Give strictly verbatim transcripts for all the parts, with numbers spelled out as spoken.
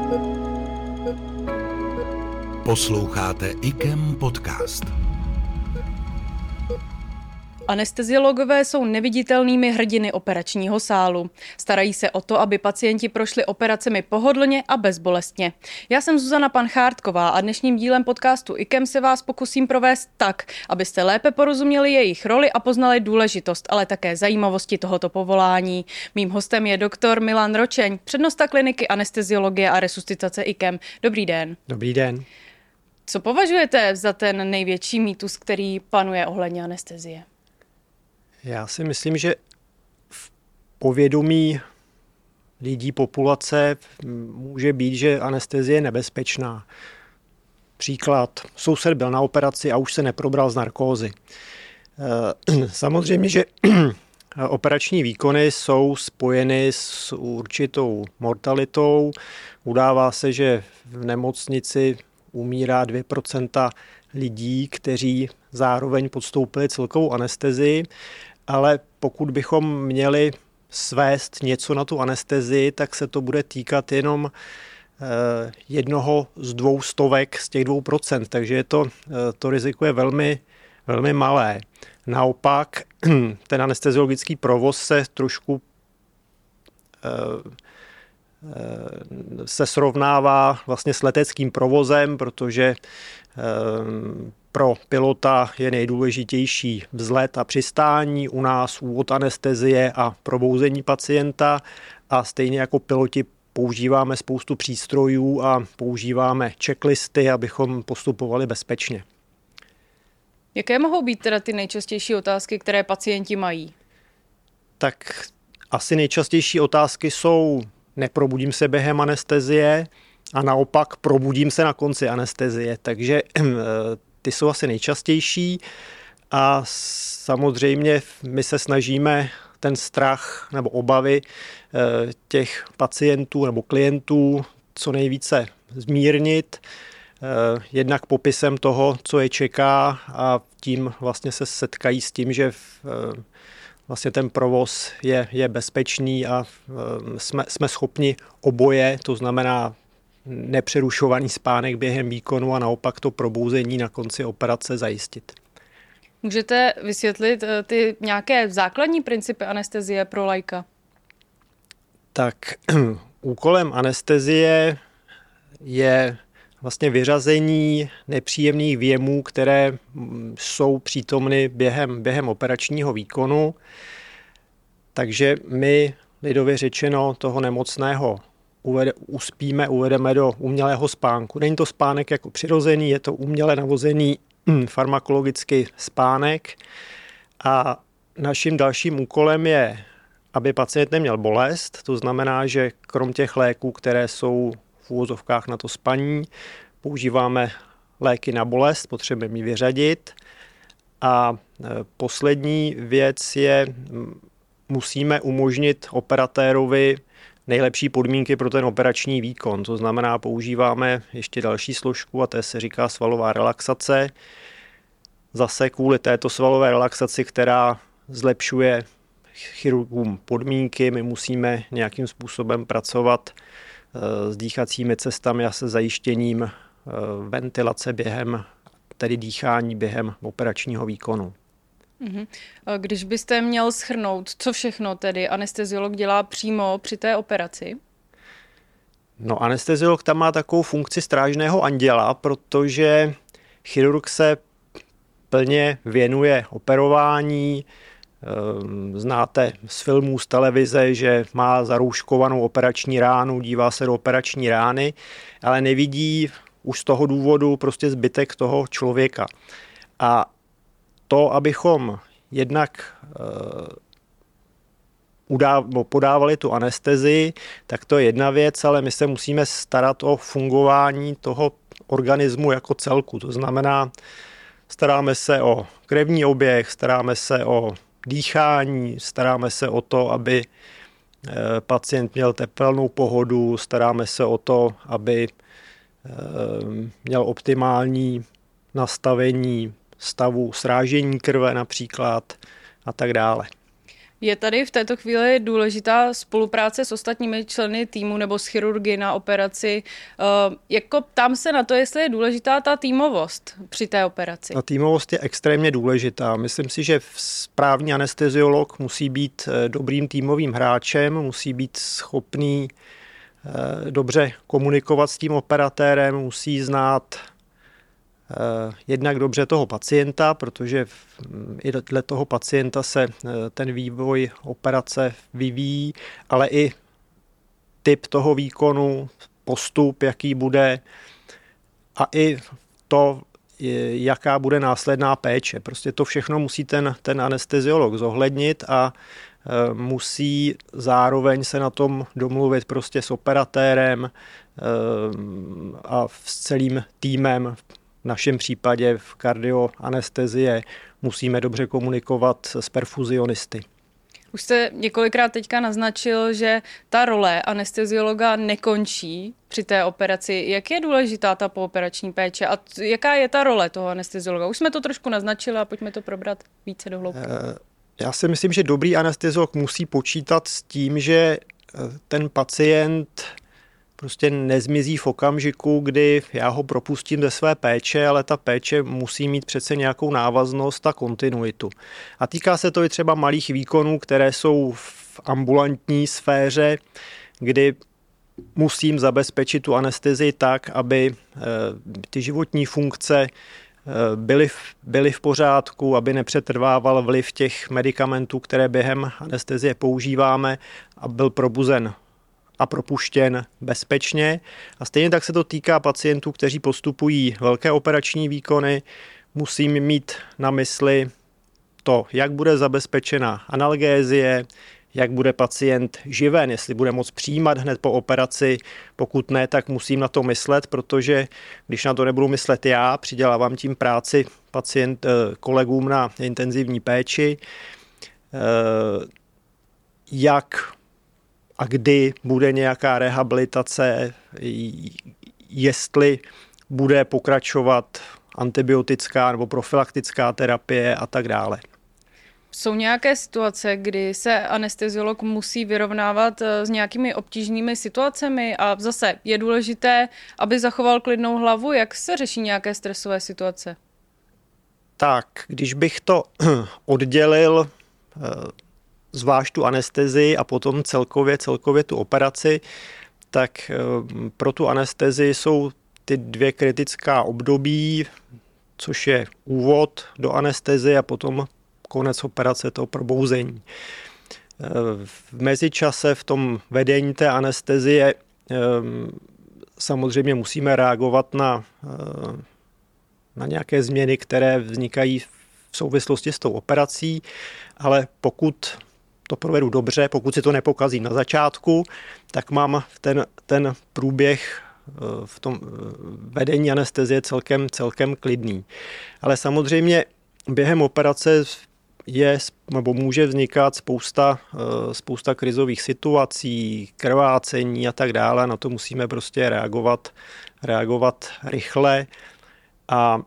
Posloucháte I K E M podcast. Anesteziologové jsou neviditelnými hrdiny operačního sálu. Starají se o to, aby pacienti prošli operacemi pohodlně a bezbolestně. Já jsem Zuzana Panchártková a dnešním dílem podcastu I K E M se vás pokusím provést tak, abyste lépe porozuměli jejich roli a poznali důležitost, ale také zajímavosti tohoto povolání. Mým hostem je doktor Milan Ročeň, přednosta kliniky anesteziologie a resuscitace I K E M. Dobrý den. Dobrý den. Co považujete za ten největší mýtus, který panuje ohledně anestezie? Já si myslím, že v povědomí lidí, populace může být, že anestezie je nebezpečná. Příklad, soused byl na operaci a už se neprobral z narkózy. Samozřejmě, že operační výkony jsou spojeny s určitou mortalitou. Udává se, že v nemocnici umírá dvě procenta lidí, kteří zároveň podstoupili celkovou anestezii, ale pokud bychom měli svést něco na tu anestezii, tak se to bude týkat jenom jednoho z dvou stovek z těch dvou procent, takže je to, to riziko je velmi, velmi malé. Naopak ten anesteziologický provoz se trošku se srovnává vlastně s leteckým provozem, protože pro pilota je nejdůležitější vzlet a přistání, u nás úvod anestezie a probouzení pacienta a stejně jako piloti používáme spoustu přístrojů a používáme checklisty, abychom postupovali bezpečně. Jaké mohou být teda ty nejčastější otázky, které pacienti mají? Tak asi nejčastější otázky jsou: neprobudím se během anestezie a naopak probudím se na konci anestezie. Takže ty jsou asi nejčastější a samozřejmě my se snažíme ten strach nebo obavy těch pacientů nebo klientů co nejvíce zmírnit, jednak popisem toho, co je čeká, a tím vlastně se setkají s tím, že vlastně ten provoz je, je bezpečný a jsme, jsme schopni oboje, to znamená nepřerušovaný spánek během výkonu a naopak to probouzení na konci operace zajistit. Můžete vysvětlit ty nějaké základní principy anestezie pro laika? Tak úkolem anestezie je vlastně vyřazení nepříjemných věmů, které jsou přítomny během, během operačního výkonu. Takže my, lidově řečeno, toho nemocného uvede, uspíme, uvedeme do umělého spánku. Není to spánek jako přirozený, je to uměle navozený farmakologický spánek a naším dalším úkolem je, aby pacient neměl bolest, to znamená, že krom těch léků, které jsou v úvozovkách na to spaní, používáme léky na bolest, potřebujeme ji vyřadit. A poslední věc je, musíme umožnit operatérovi nejlepší podmínky pro ten operační výkon. To znamená, používáme ještě další složku a to se říká svalová relaxace. Zase kvůli této svalové relaxaci, která zlepšuje chirurgům podmínky, my musíme nějakým způsobem pracovat s dýchacími cestami a se zajištěním ventilace během, tedy dýchání během operačního výkonu. Když byste měl shrnout, co všechno tedy anesteziolog dělá přímo při té operaci? No, anesteziolog tam má takovou funkci strážného anděla, protože chirurg se plně věnuje operování. Znáte z filmů, z televize, že má zarouškovanou operační ránu, dívá se do operační rány, ale nevidí už z toho důvodu prostě zbytek toho člověka. A to, abychom jednak uh, podávali tu anestezii, tak to je jedna věc, ale my se musíme starat o fungování toho organismu jako celku. To znamená, staráme se o krevní oběh, staráme se o dýchání, staráme se o to, aby pacient měl tepelnou pohodu, staráme se o to, aby měl optimální nastavení stavu srážení krve například a tak dále. Je tady v této chvíli důležitá spolupráce s ostatními členy týmu nebo s chirurgy na operaci. Uh, jako ptám se na to, jestli je důležitá ta týmovost při té operaci. Ta týmovost je extrémně důležitá. Myslím si, že správný anesteziolog musí být dobrým týmovým hráčem, musí být schopný uh, dobře komunikovat s tím operatérem, musí znát jednak dobře toho pacienta, protože i dle toho pacienta se ten vývoj operace vyvíjí, ale i typ toho výkonu, postup, jaký bude a i to, jaká bude následná péče. Prostě to všechno musí ten, ten anesteziolog zohlednit a musí zároveň se na tom domluvit prostě s operatérem a s celým týmem. V našem případě v kardioanestezie musíme dobře komunikovat s perfuzionisty. Už jste několikrát teďka naznačil, že ta role anesteziologa nekončí při té operaci. Jak je důležitá ta pooperační péče a jaká je ta role toho anesteziologa? Už jsme to trošku naznačili a pojďme to probrat více do hloubky. Já si myslím, že dobrý anesteziolog musí počítat s tím, že ten pacient prostě nezmizí v okamžiku, kdy já ho propustím ze své péče, ale ta péče musí mít přece nějakou návaznost a kontinuitu. A týká se to i třeba malých výkonů, které jsou v ambulantní sféře, kdy musím zabezpečit tu anestezii tak, aby ty životní funkce byly v, byly v pořádku, aby nepřetrvával vliv těch medicamentů, které během anestezie používáme a byl probuzen a propuštěn bezpečně. A stejně tak se to týká pacientů, kteří postupují velké operační výkony. Musím mít na mysli to, jak bude zabezpečena analgézie, jak bude pacient živen, jestli bude moct přijímat hned po operaci. Pokud ne, tak musím na to myslet, protože když na to nebudu myslet já, přidělávám tím práci pacient, kolegům na intenzivní péči, jak a kdy bude nějaká rehabilitace, jestli bude pokračovat antibiotická nebo profylaktická terapie a tak dále. Jsou nějaké situace, kdy se anesteziolog musí vyrovnávat s nějakými obtížnými situacemi a zase je důležité, aby zachoval klidnou hlavu. Jak se řeší nějaké stresové situace? Tak, když bych to oddělil, zvlášť tu anestezii a potom celkově, celkově tu operaci, tak pro tu anestezii jsou ty dvě kritická období, což je úvod do anestezie a potom konec operace, toho probouzení. V mezičase v tom vedení té anestezie samozřejmě musíme reagovat na, na nějaké změny, které vznikají v souvislosti s tou operací, ale pokud to provedu dobře, pokud si to nepokazím na začátku, tak mám ten, ten průběh v tom vedení anestezie celkem, celkem klidný. Ale samozřejmě během operace je nebo může vznikat spousta, spousta krizových situací, krvácení a tak dále. Na to musíme prostě reagovat, reagovat rychle a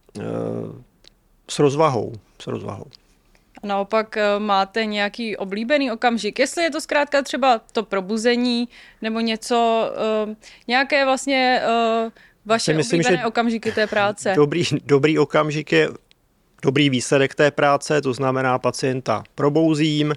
s rozvahou. S rozvahou. A naopak máte nějaký oblíbený okamžik, jestli je to zkrátka třeba to probuzení nebo něco, nějaké vlastně vaše myslím, oblíbené okamžiky té práce. Dobrý, dobrý okamžik je dobrý výsledek té práce, to znamená pacienta probouzím,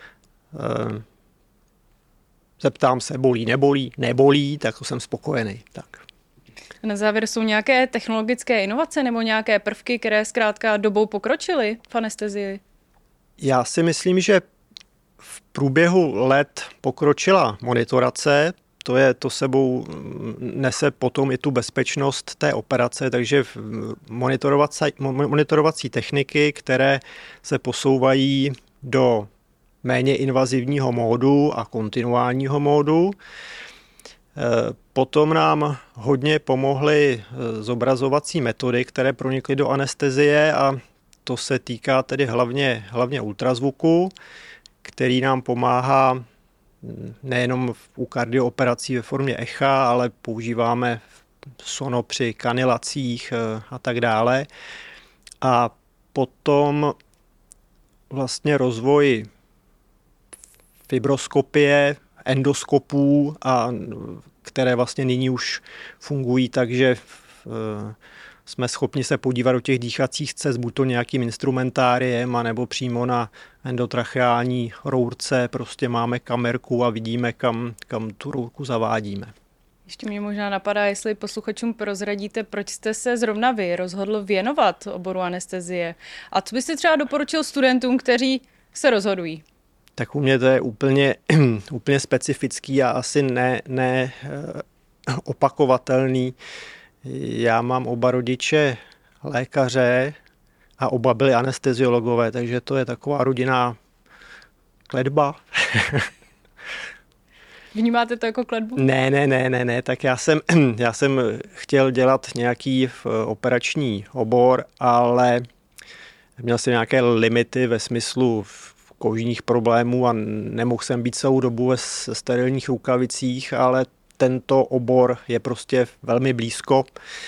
zeptám se, bolí, nebolí, nebolí, tak to jsem spokojený. Tak. Na závěr jsou nějaké technologické inovace nebo nějaké prvky, které zkrátka dobou pokročily v anestezii? Já si myslím, že v průběhu let pokročila monitorace, to je to sebou nese potom i tu bezpečnost té operace, takže monitorovací, monitorovací techniky, které se posouvají do méně invazivního módu a kontinuálního módu. Potom nám hodně pomohly zobrazovací metody, které pronikly do anestezie a to se týká tedy hlavně, hlavně ultrazvuku, který nám pomáhá nejenom u kardiooperací ve formě echa, ale používáme sono při kanilacích a tak dále. A potom vlastně rozvoj fibroskopie, endoskopů, a které vlastně nyní už fungují, takže jsme schopni se podívat do těch dýchacích cest, buď to nějakým instrumentáriem, anebo přímo na endotracheální rource, prostě máme kamerku a vidíme, kam, kam tu rourku zavádíme. Ještě mě možná napadá, jestli posluchačům prozradíte, proč jste se zrovna vy rozhodl věnovat oboru anestezie. A co byste třeba doporučil studentům, kteří se rozhodují? Tak u mě to je úplně, úplně specifický a asi ne, ne opakovatelný. Já mám oba rodiče lékaře a oba byli anesteziologové, takže to je taková rodinná kletba. Vnímáte to jako kletbu? Ne, ne, ne, ne, ne, tak já jsem, já jsem chtěl dělat nějaký operační obor, ale měl jsem nějaké limity ve smyslu kožních problémů a nemohl jsem být celou dobu ve sterilních rukavicích, ale tento obor je prostě velmi blízko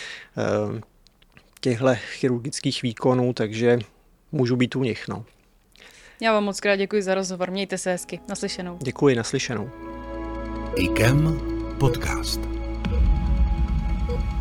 těchto chirurgických výkonů, takže můžu být u nich. No. Já vám moc krát děkuji za rozhovor. Mějte se hezky. Naslyšenou. Děkuji, naslyšenou. I K E M podcast.